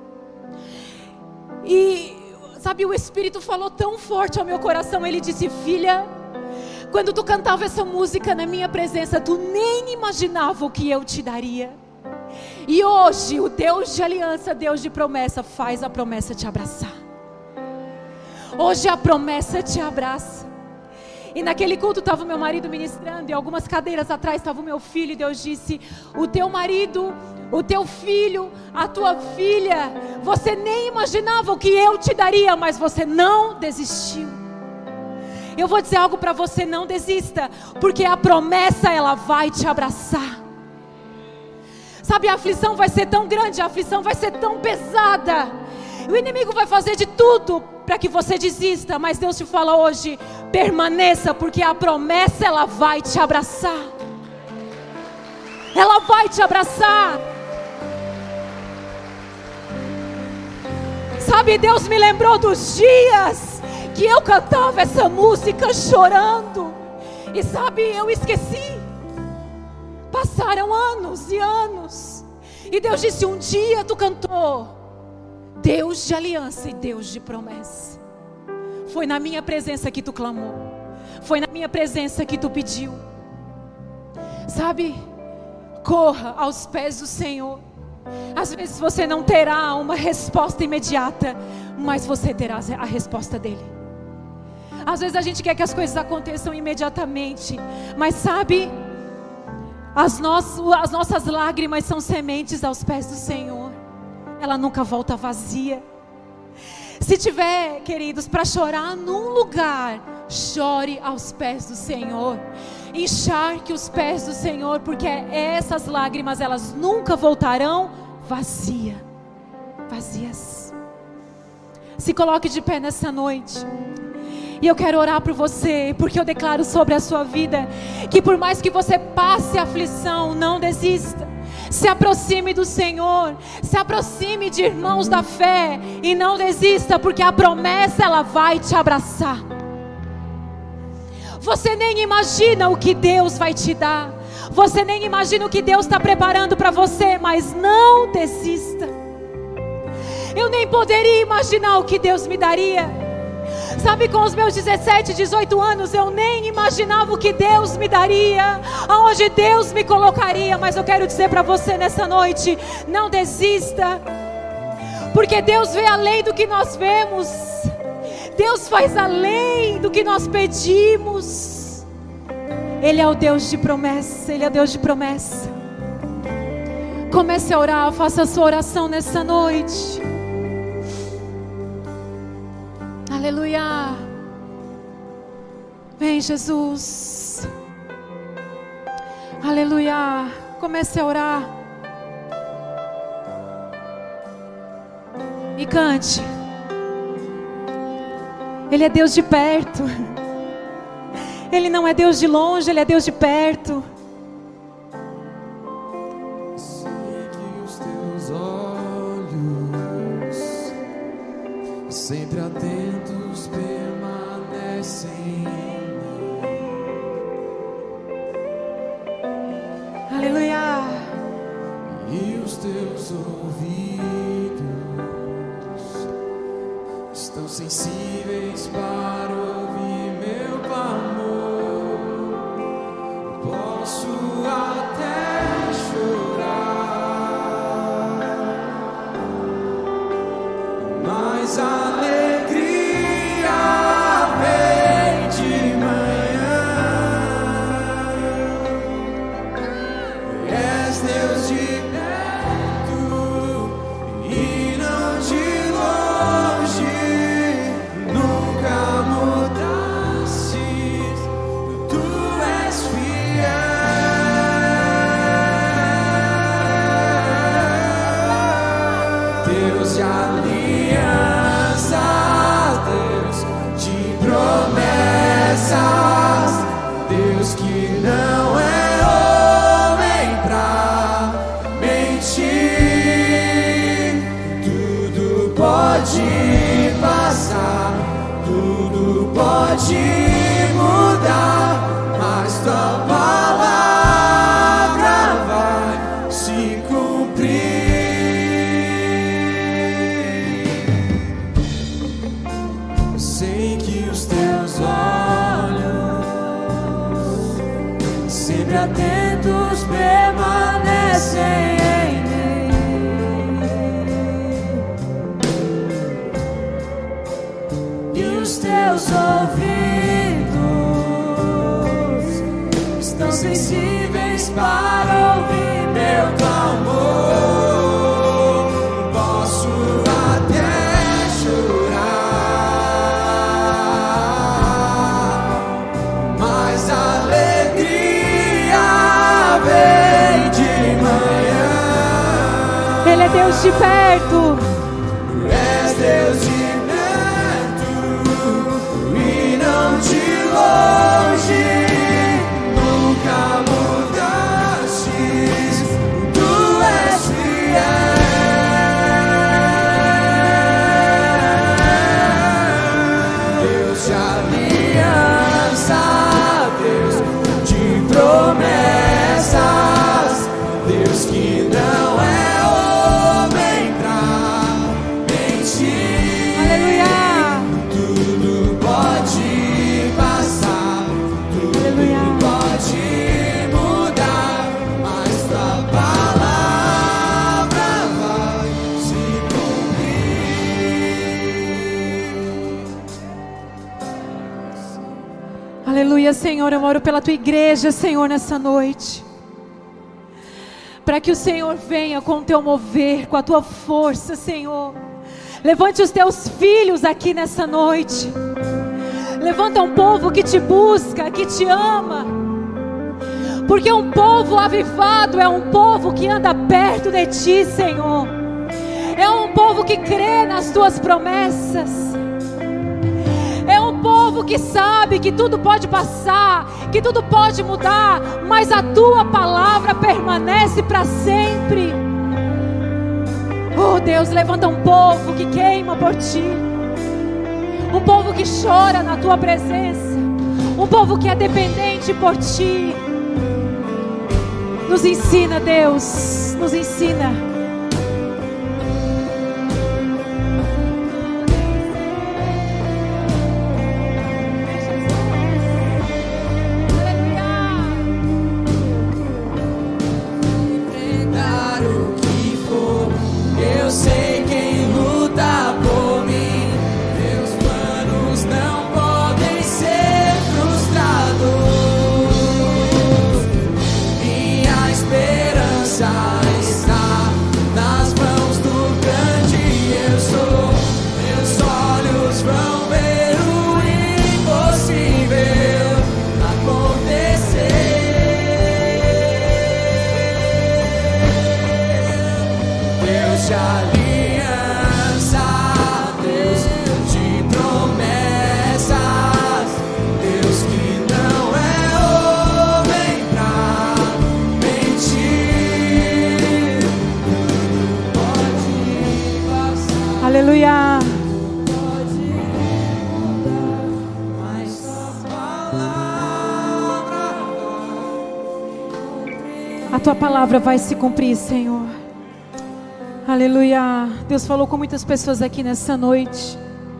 E, sabe, o Espírito falou tão forte ao meu coração, ele disse: filha, quando tu cantava essa música na minha presença, tu nem imaginava o que eu te daria. E hoje, o Deus de aliança, Deus de promessa, faz a promessa te abraçar. Hoje a promessa te abraça. E naquele culto estava o meu marido ministrando, e algumas cadeiras atrás estava o meu filho, e Deus disse: o teu marido, o teu filho, a tua filha, você nem imaginava o que eu te daria, mas você não desistiu. Eu vou dizer algo para você: não desista, porque a promessa ela vai te abraçar. Sabe, a aflição vai ser tão grande, a aflição vai ser tão pesada, o inimigo vai fazer de tudo para que você desista, mas Deus te fala hoje: permaneça, porque a promessa ela vai te abraçar. Ela vai te abraçar. Sabe, Deus me lembrou dos dias que eu cantava essa música chorando. E sabe, eu esqueci. Passaram anos e anos. E Deus disse: um dia tu cantou Deus de aliança e Deus de promessa. Foi na minha presença que tu clamou. Foi na minha presença que tu pediu. Sabe, corra aos pés do Senhor. Às vezes você não terá uma resposta imediata, mas você terá a resposta dele. Às vezes a gente quer que as coisas aconteçam imediatamente, mas sabe, as, no- as nossas lágrimas são sementes aos pés do Senhor. Ela nunca volta vazia. Se tiver, queridos, para chorar num lugar, chore aos pés do Senhor. Encharque os pés do Senhor, porque essas lágrimas, elas nunca voltarão vazia, vazias. Se coloque de pé nessa noite. E eu quero orar por você, porque eu declaro sobre a sua vida que por mais que você passe aflição, não desista. Se aproxime do Senhor, se aproxime de irmãos da fé e não desista, porque a promessa ela vai te abraçar. Você nem imagina o que Deus vai te dar, você nem imagina o que Deus está preparando para você, mas não desista. Eu nem poderia imaginar o que Deus me daria. Sabe, com os meus dezessete, dezoito anos, eu nem imaginava o que Deus me daria, aonde Deus me colocaria. Mas eu quero dizer para você nessa noite: não desista, porque Deus vê além do que nós vemos. Deus faz além do que nós pedimos. Ele é o Deus de promessa, Ele é o Deus de promessa. Comece a orar, faça a sua oração nessa noite. Aleluia. Vem, Jesus. Aleluia. Comece a orar. E cante. Ele é Deus de perto. Ele não é Deus de longe, Ele é Deus de perto. Sei que os teus olhos, sempre atentos, permanecem em mim. Aleluia. E os teus ouvidos estão sensíveis para ouvir meu clamor. Posso até chorar, mas a alegria vem de manhã. És Deus de perto e não de longe, nunca mudastes, tu és fiel. Deus de aliança, Deus de promessas, Deus que não é homem pra mentir. Tudo pode passar, tudo pode mudar, mas tua palavra vai se cumprir. Sei que os teus olhos, sempre atentos, permanecem em mim. E os teus ouvidos estão sensíveis para ouvir meu clamor. Posso até chorar, mas a alegria vem de manhã. Ele é Deus de perto. És Deus de perto e não de longe, nunca mudastes, tu és fiel. Deus de aliança, Deus de promessas, Deus que não é homem pra mentir. Aleluia. Tudo pode passar, tudo Aleluia. pode mudar, mas tua palavra vai se cumprir. Aleluia, Senhor, eu oro pela tua igreja, Senhor, nessa noite. Para que o Senhor venha com o teu mover, com a tua força, Senhor. Levante os teus filhos aqui nessa noite. Levanta um povo que te busca, que te ama. Porque um povo avivado é um povo que anda perto de ti, Senhor. É um povo que crê nas tuas promessas. É um povo que sabe que tudo pode passar, que tudo pode mudar, mas a tua palavra permanece para sempre. Oh Deus, levanta um povo que queima por ti, um povo que chora na tua presença, um povo que é dependente por ti. Nos ensina, Deus, nos ensina. Sei quem luta por mim, meus planos não podem ser frustrados. Minha esperança está A tua palavra vai se cumprir, Senhor. Aleluia. Deus falou com muitas pessoas aqui nessa noite.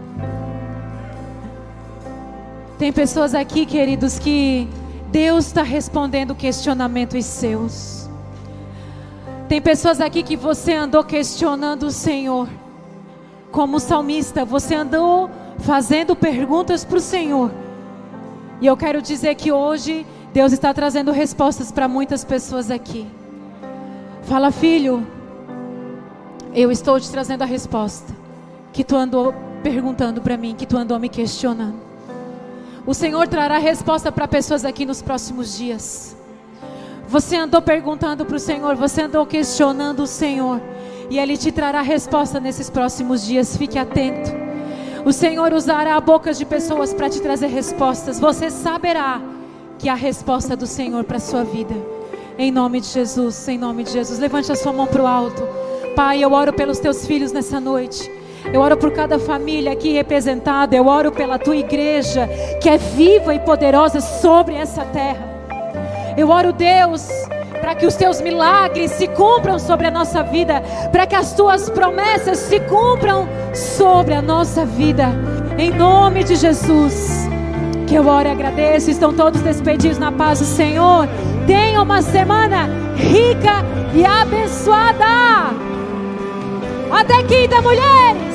Tem pessoas aqui, queridos, que Deus está respondendo questionamentos seus. Tem pessoas aqui que você andou questionando o Senhor. Como salmista, você andou fazendo perguntas para o Senhor. E eu quero dizer que hoje Deus está trazendo respostas para muitas pessoas aqui. Fala, filho, eu estou te trazendo a resposta que tu andou perguntando para mim, que tu andou me questionando. O Senhor trará resposta para pessoas aqui nos próximos dias. Você andou perguntando para o Senhor, você andou questionando o Senhor, e Ele te trará resposta nesses próximos dias. Fique atento. O Senhor usará a boca de pessoas para te trazer respostas. Você saberá que há resposta do Senhor para a sua vida. Em nome de Jesus, em nome de Jesus. Levante a sua mão para o alto. Pai, eu oro pelos teus filhos nessa noite. Eu oro por cada família aqui representada. Eu oro pela tua igreja, que é viva e poderosa sobre essa terra. Eu oro, Deus, para que os teus milagres se cumpram sobre a nossa vida, para que as tuas promessas se cumpram sobre a nossa vida. Em nome de Jesus, que eu oro e agradeço. Estão todos despedidos na paz do Senhor. Tenha uma semana rica e abençoada. Até quinta, mulheres.